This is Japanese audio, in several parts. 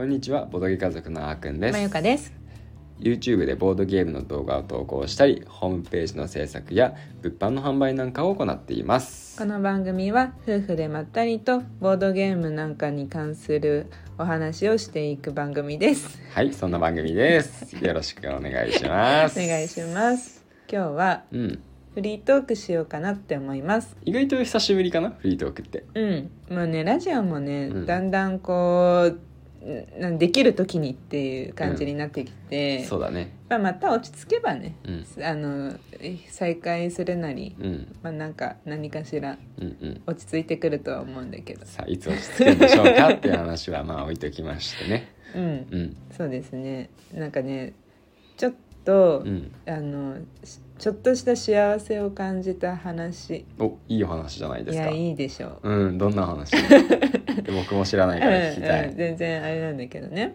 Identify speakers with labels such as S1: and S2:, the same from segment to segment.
S1: んにちは、ボドゲ家族のあーくんです。
S2: まゆかです。
S1: YouTube でボードゲームの動画を投稿したり、ホームページの制作や物販の販売なんかを行っています。
S2: この番組は夫婦でまったりとボードゲームなんかに関するお話をしていく番組です。
S1: はい、そんな番組です。よろしくお願いします
S2: お願いします。今日はフリートークしようかなって思います。
S1: 意外と久しぶりかな、フリートークって。
S2: もうね、ラジオもね、だんだんこうできる時にっていう感じになってきて、
S1: そうだね。
S2: また落ち着けばね、再開するなり、なんか何かしら落ち着いてくるとは思うんだけど、
S1: さあいつ落ち着くんでしょうかっていう話は置いときましてね。
S2: そうですね。なんかね、ちょっと、ちょっとした幸せを感じた話。
S1: いいお話じゃないですか。
S2: いや、いいでしょう。
S1: どんな話僕も知らないから聞きたい。
S2: 全然あれなんだけどね、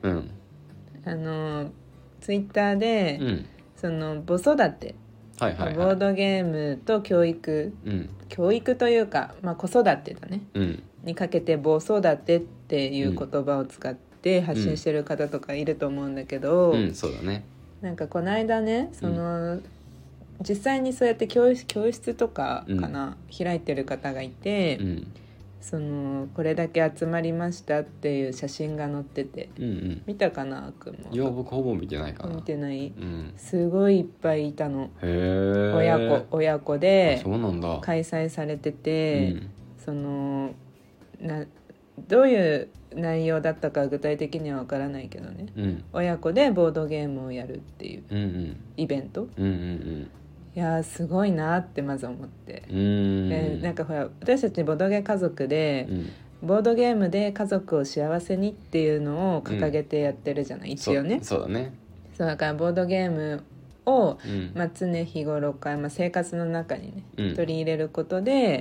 S2: ツイッターで、その子育て、ボードゲームと教育、教育というか、子育てだね、にかけて子育てっていう言葉を使って発信してる方とかいると思うんだけど、
S1: そうだね。
S2: なんかこの間ね、実際にそうやって教室とかかな、開いてる方がいて、これだけ集まりましたっていう写真が載ってて、見たかな、あくんも。
S1: いや、僕ほぼ見てないかな。
S2: 見てない、すごいいっぱいいたの。
S1: へ
S2: 親子で
S1: そうなんだ。
S2: 開催されてて、どういう内容だったか具体的には分からないけどね、親子でボードゲームをやるっていうイベント、いやすごいなってまず思って、なんかほら、私たちボードゲー家族で、ボードゲームで家族を幸せにっていうのを掲げてやってるじゃない、一応ね。
S1: そうだね。
S2: そうだからボードゲームを、常日頃から、生活の中にね、取り入れることで、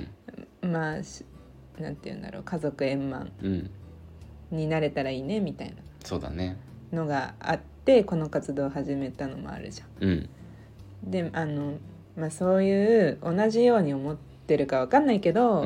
S2: なんていうんだろう、家族円満になれたらいいねみたいな、
S1: そうだね、
S2: のがあってこの活動を始めたのもあるじゃん。でそういう同じように思ってるか分かんないけど、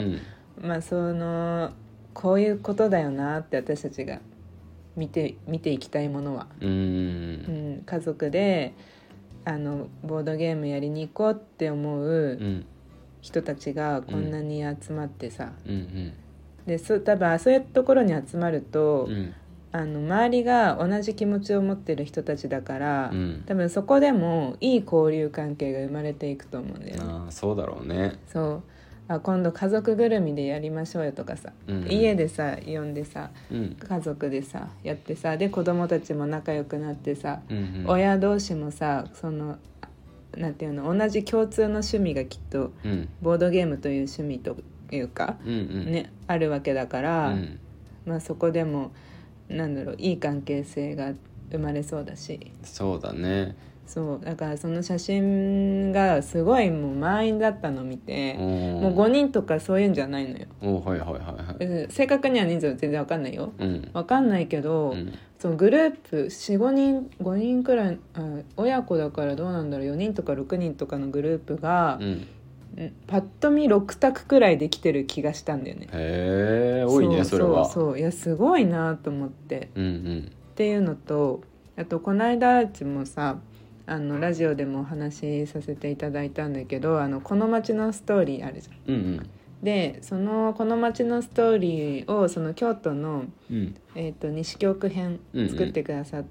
S2: こういうことだよなって私たちが見ていきたいものは、家族でボードゲームやりに行こうって思う人たちがこんなに集まってさ、で多分そういうところに集まると、周りが同じ気持ちを持ってる人たちだから、多分そこでもいい交流関係が生まれていくと思うんだよね。
S1: そうだろうね。
S2: 今度家族ぐるみでやりましょうよとかさ、家でさ呼んでさ、家族でさやってさ、で子供たちも仲良くなってさ、親同士もさ、なんていうの、同じ共通の趣味がきっと、ボードゲームという趣味というか、あるわけだから、そこでもなんだろう、いい関係性が生まれそうだし。そうだね。だからその写真がすごいもう満員だったのを見て、もう5人とかそういうんじゃないのよ。正確には人数は全然分かんないよ、分かんないけど、そのグループ 4,5 人5人くらい、親子だからどうなんだろう、4人とか6人とかのグループが、パッと見6択くらいできてる気がしたんだよね。
S1: 多いね、それは。
S2: いやすごいなと思って、っていうのと、あとこの間うちもさ、ラジオでもお話しさせていただいたんだけど、この街のストーリーあるじゃん。でこの街のストーリーをその京都の、西京区編作ってくださった、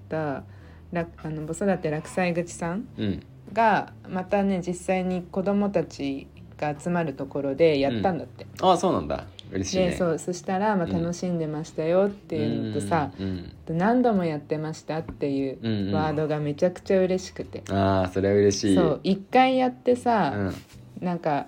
S2: 子育て落栽口さんがまたね、実際に子どもたちが集まるところでやったんだって。
S1: そうなんだ。嬉しいね。
S2: でそしたら、楽しんでましたよっていうのとさ、何度もやってましたっていうワードがめちゃくちゃ嬉しくて、
S1: それは嬉しい。
S2: 1回やってさ、なんか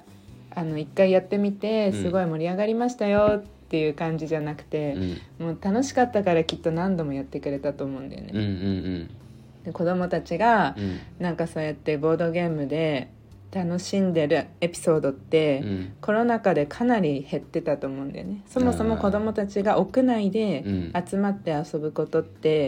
S2: 1回やってみてすごい盛り上がりましたよっていう感じじゃなくて、もう楽しかったからきっと何度もやってくれたと思うんだよね。で子供たちが、なんかそうやってボードゲームで楽しんでるエピソードって、コロナ禍でかなり減ってたと思うんだよね。そもそも子どもたちが屋内で集まって遊ぶことって、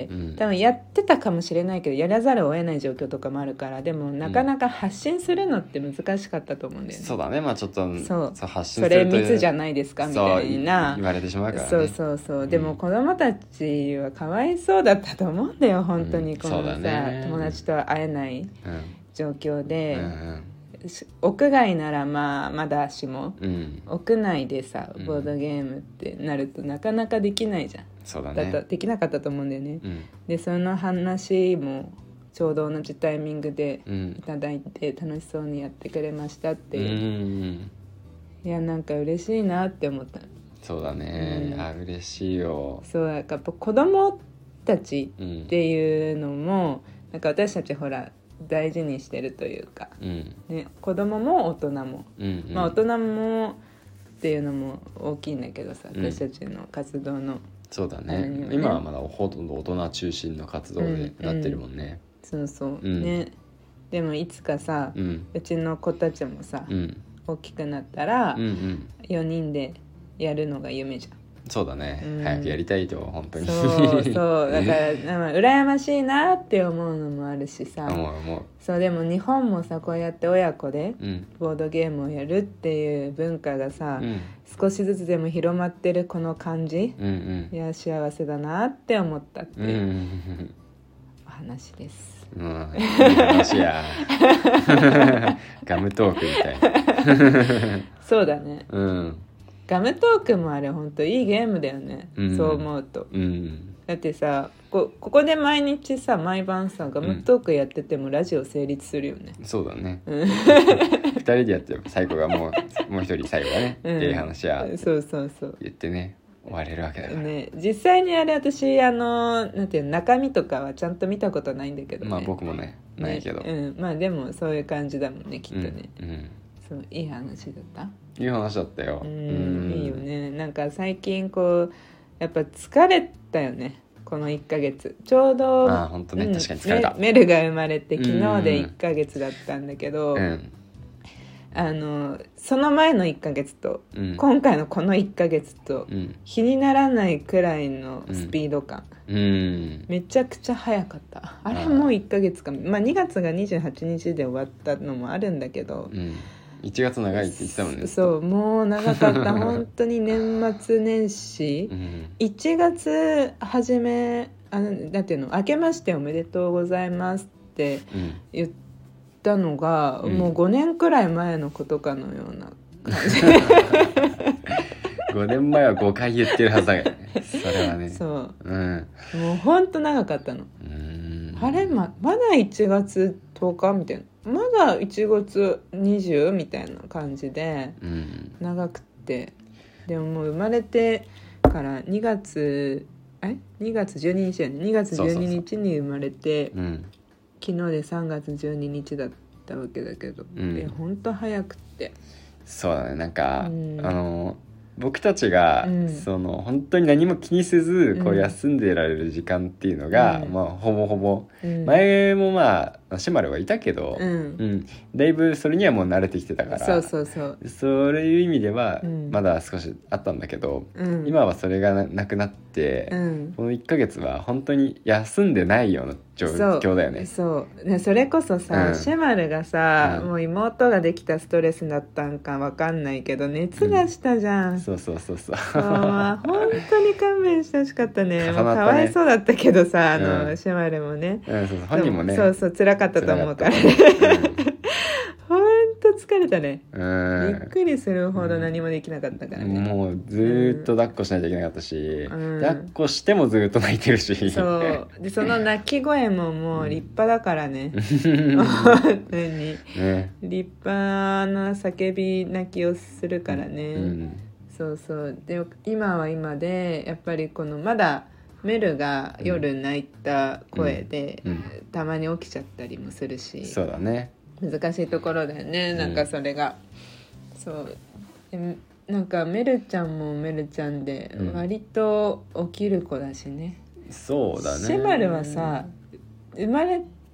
S2: 多分やってたかもしれないけどやらざるを得ない状況とかもあるから、でもなかなか発信するのって難しかったと思うんだよね。
S1: そうだね、まあちょっと
S2: そう
S1: 発信すると
S2: それ密じゃないですかみたいな
S1: 言われてしまうからね。
S2: そう、でも子どもたちはかわいそうだったと思うんだよ本当に。このさ、友達と会えない状況で、屋外ならまだしも、屋内でさボードゲームってなるとなかなかできないじゃん。
S1: そうだね、
S2: できなかったと思うんだよね、でその話もちょうど同じタイミングでいただいて、楽しそうにやってくれましたっていう、いやなんか嬉しいなって思った。
S1: そうだね、嬉しいよ。
S2: そうやっぱ子供たちっていうのも、なんか私たちほら大事にしてるというか、ね、子供も大人も、まあ大人もっていうのも大きいんだけどさ、私たちの活動の、
S1: そうだね、今はまだほとんど大人中心の活動でなってるもんね、
S2: そうね。でもいつかさ、うちの子たちもさ、大きくなったら、4人でやるのが夢じゃん。
S1: そうだね、早くやりたいと本当に
S2: そうだから羨ましいなって思うのもあるしさ、そうでも日本もさこうやって親子でボードゲームをやるっていう文化がさ、少しずつでも広まってるこの感じ、いや幸せだなって思ったっていうお話です。
S1: いい話やガムトークみたいな
S2: そうだね、ガムトークもあれ本当いいゲームだよね、そう思うと、だってさここで毎日さ毎晩さガムトークやっててもラジオ成立するよね、
S1: そうだね2人でやって最後がもう一人最後がね、いい話や
S2: そう
S1: 言ってね終われるわけだから
S2: ね。実際にあれ私なんていうの中身とかはちゃんと見たことないんだけどね。
S1: まあ僕もねないけど、
S2: まあでもそういう感じだもんねきっとね、そういい話だった。
S1: いい話だったよ。
S2: いいよね。なんか最近こうやっぱ疲れたよねこの1ヶ月。ちょうど
S1: 本当ね、確かに疲れた。
S2: メルが生まれて昨日で1ヶ月だったんだけど、その前の1ヶ月と、今回のこの1ヶ月と、比にならないくらいのスピード感、めちゃくちゃ早かった。あれもう1ヶ月か、まあ2月が28日で終わったのもあるんだけど、
S1: 1月長いって言ってたもんね。
S2: そうもう長かった本当に年末年始、1月初めなんていうの明けましておめでとうございますって言ったのが、もう5年くらい前のことかのような感じ
S1: 5年前は5回言ってるはずだけどねそれはね。
S2: そう、もう本当長かったの。あれ まだ1月10日みたいな、まだ1月20みたいな感じで長くて、でももう生まれてから2月12日だよね。2月12日に生まれて、昨日で3月12日だったわけだけど、ほんと早くって。
S1: そうだね、なんか、僕たちが、その本当に何も気にせずこう休んでられる時間っていうのが、まあほぼほぼ、前もまあシェマルはいたけど、だいぶそれにはもう慣れてきてたから、そういう意味ではまだ少しあったんだけど、今はそれがなくなって、この1ヶ月は本当に休んでないような状況だよね。
S2: それこそさ、シェマルがさ、もう妹ができたストレスだったんか分かんないけど熱がしたじゃん、そう本当に勘弁してほしかったね。もうかわいそうだったけどさ、シェマルもね、
S1: 本人もね
S2: 辛かったと思うからほんと疲れたね。びっくりするほど何もできなかったからね。
S1: もうずっと抱っこしないといけなかったし、抱っこしてもずっと泣いてるし、
S2: そうでその泣き声ももう立派だからね本当に、立派な叫び泣きをするからね、そうで今は今でやっぱりこのまだメルが夜泣いた声で、たまに起きちゃったりもするし、
S1: そうだね、
S2: 難しいところだよね、なんかそれが、そうでなんかメルちゃんもメルちゃんで割と起きる子だしね、
S1: そうだね。
S2: シェマルはさ生まれ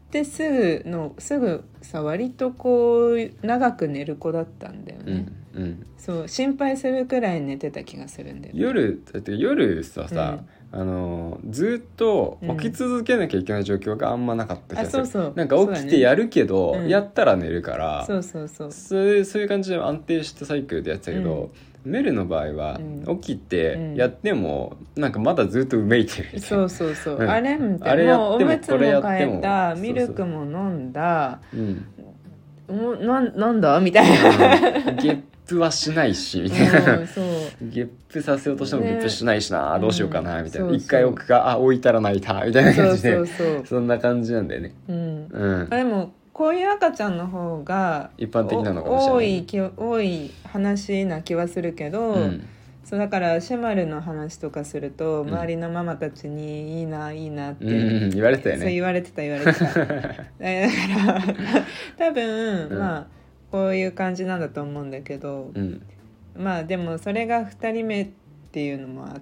S2: ってすぐさ割とこう長く寝る子だったんだよね、
S1: うん、
S2: そう心配するくらい寝てた気がするんだよね。
S1: 夜さ、ずっと起き続けなきゃいけない状況があんまなかった気がする、
S2: そう
S1: なんか起きてやるけど、やったら寝るから、
S2: そう
S1: いう感じで安定したサイクルでやってたけど、メルの場合は起きてやってもなんかまだずっとうめいてるみたいな、
S2: あれみたいな、もうおむつも変えた、ミルクも飲んだ、なんだみたいな、
S1: ゲップはしないしみたいな、ゲップさせようとしてもゲップしないしな、どうしようかなみたいな、一回置くか、置いたら泣いたみたいな感じで、そんな感じなんだよね。
S2: でもこういう赤ちゃんの方が
S1: 一般的なのかもしれない、
S2: 多い話な気はするけど、そうだからシェマルの話とかすると周りのママたちにいいなって、
S1: 言われてたよね。
S2: そう言われてただから多分、まあこういう感じなんだと思うんだけど、まあでもそれが2人目っていうのもあって、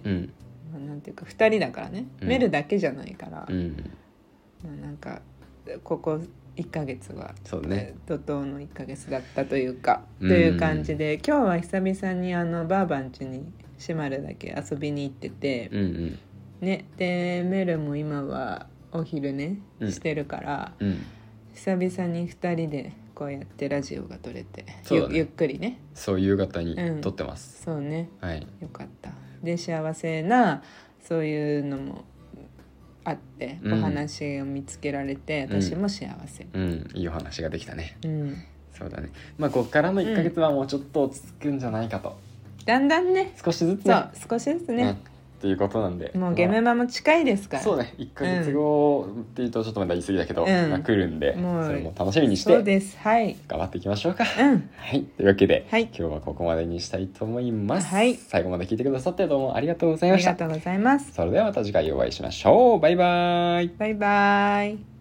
S2: なんていうか2人だからね、メルだけじゃないから、なんかここ1ヶ月は怒涛の1ヶ月だったというか、という感じで、今日は久々にばあばん家にシマルだけ遊びに行ってて、ね、でメルも今はお昼寝してるから、久々に2人でこうやってラジオが撮れて、ゆっくりね、
S1: そう夕方に撮ってます、
S2: そうね、
S1: はい、
S2: よかった。で幸せなそういうのもあって、お話を見つけられて、私も幸せ、
S1: いいお話ができたね、そうだね。まあこっからの1ヶ月はもうちょっと落ち着くんじゃないかと、
S2: だんだんね、
S1: 少しずつね、
S2: 少しずつね、
S1: っていうことなんで、
S2: もうゲメマも近いですから、
S1: そうね、1ヶ月後っていうとちょっとまだ言い過ぎだけど、来るんで、それも楽しみにして、
S2: そうです、はい、
S1: 頑張っていきましょうか、はい、というわけで、今日はここまでにしたいと思います、最後まで聞いてくださってどうもありがとうございました。
S2: ありがとうございます。
S1: それではまた次回お会いしましょう。バイバイ。
S2: バイバイ。